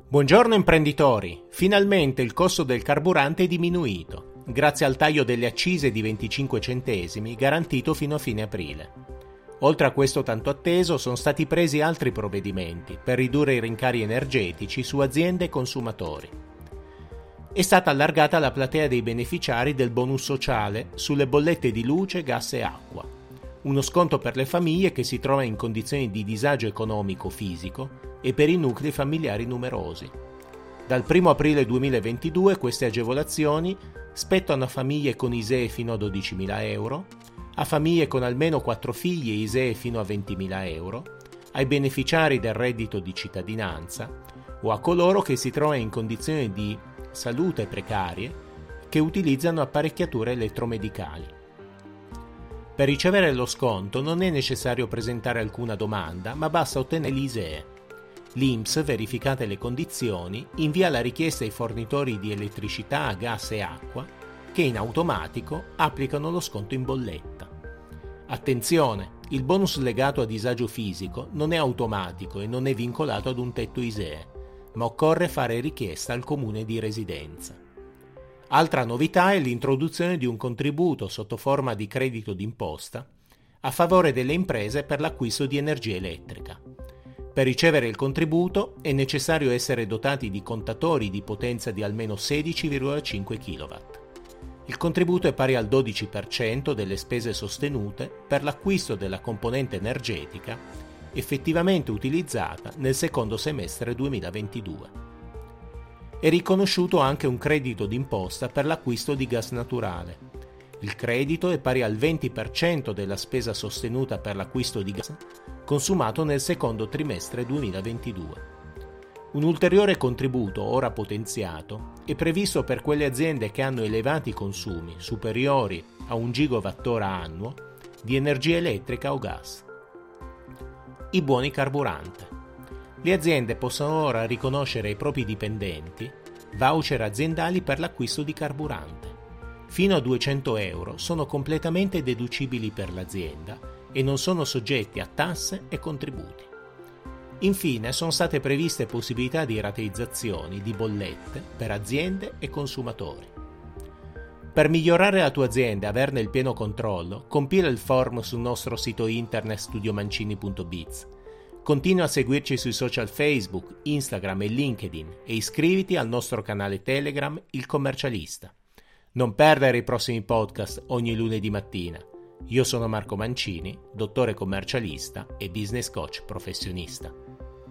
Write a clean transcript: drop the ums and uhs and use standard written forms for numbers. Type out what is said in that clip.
Buongiorno imprenditori! Finalmente il costo del carburante è diminuito, grazie al taglio delle accise di 25 centesimi garantito fino a fine aprile. Oltre a questo tanto atteso, sono stati presi altri provvedimenti per ridurre i rincari energetici su aziende e consumatori. È stata allargata la platea dei beneficiari del bonus sociale sulle bollette di luce, gas e acqua, uno sconto per le famiglie che si trovano in condizioni di disagio economico fisico e per i nuclei familiari numerosi. Dal 1 aprile 2022 queste agevolazioni spettano a famiglie con ISEE fino a 12.000 euro, a famiglie con almeno 4 figli e ISEE fino a 20.000 euro, ai beneficiari del reddito di cittadinanza o a coloro che si trovano in condizioni di salute precarie che utilizzano apparecchiature elettromedicali. Per ricevere lo sconto non è necessario presentare alcuna domanda, ma basta ottenere l'ISEE. L'INPS, verificate le condizioni, invia la richiesta ai fornitori di elettricità, gas e acqua, che in automatico applicano lo sconto in bolletta. Attenzione, il bonus legato a disagio fisico non è automatico e non è vincolato ad un tetto ISEE, ma occorre fare richiesta al comune di residenza. Altra novità è l'introduzione di un contributo sotto forma di credito d'imposta a favore delle imprese per l'acquisto di energia elettrica. Per ricevere il contributo è necessario essere dotati di contatori di potenza di almeno 16,5 kW. Il contributo è pari al 12% delle spese sostenute per l'acquisto della componente energetica effettivamente utilizzata nel secondo semestre 2022. È riconosciuto anche un credito d'imposta per l'acquisto di gas naturale. Il credito è pari al 20% della spesa sostenuta per l'acquisto di gas consumato nel secondo trimestre 2022. Un ulteriore contributo, ora potenziato, è previsto per quelle aziende che hanno elevati consumi, superiori a 1 gigawattora annuo, di energia elettrica o gas. I buoni carburante. Le aziende possono ora riconoscere ai propri dipendenti voucher aziendali per l'acquisto di carburante. Fino a 200 euro sono completamente deducibili per l'azienda e non sono soggetti a tasse e contributi. Infine sono state previste possibilità di rateizzazioni di bollette per aziende e consumatori. Per migliorare la tua azienda e averne il pieno controllo, compila il form sul nostro sito internet studiomancini.biz. Continua a seguirci sui social Facebook, Instagram e LinkedIn e iscriviti al nostro canale Telegram Il Commercialista. Non perdere i prossimi podcast ogni lunedì mattina. Io sono Marco Mancini, dottore commercialista e business coach professionista.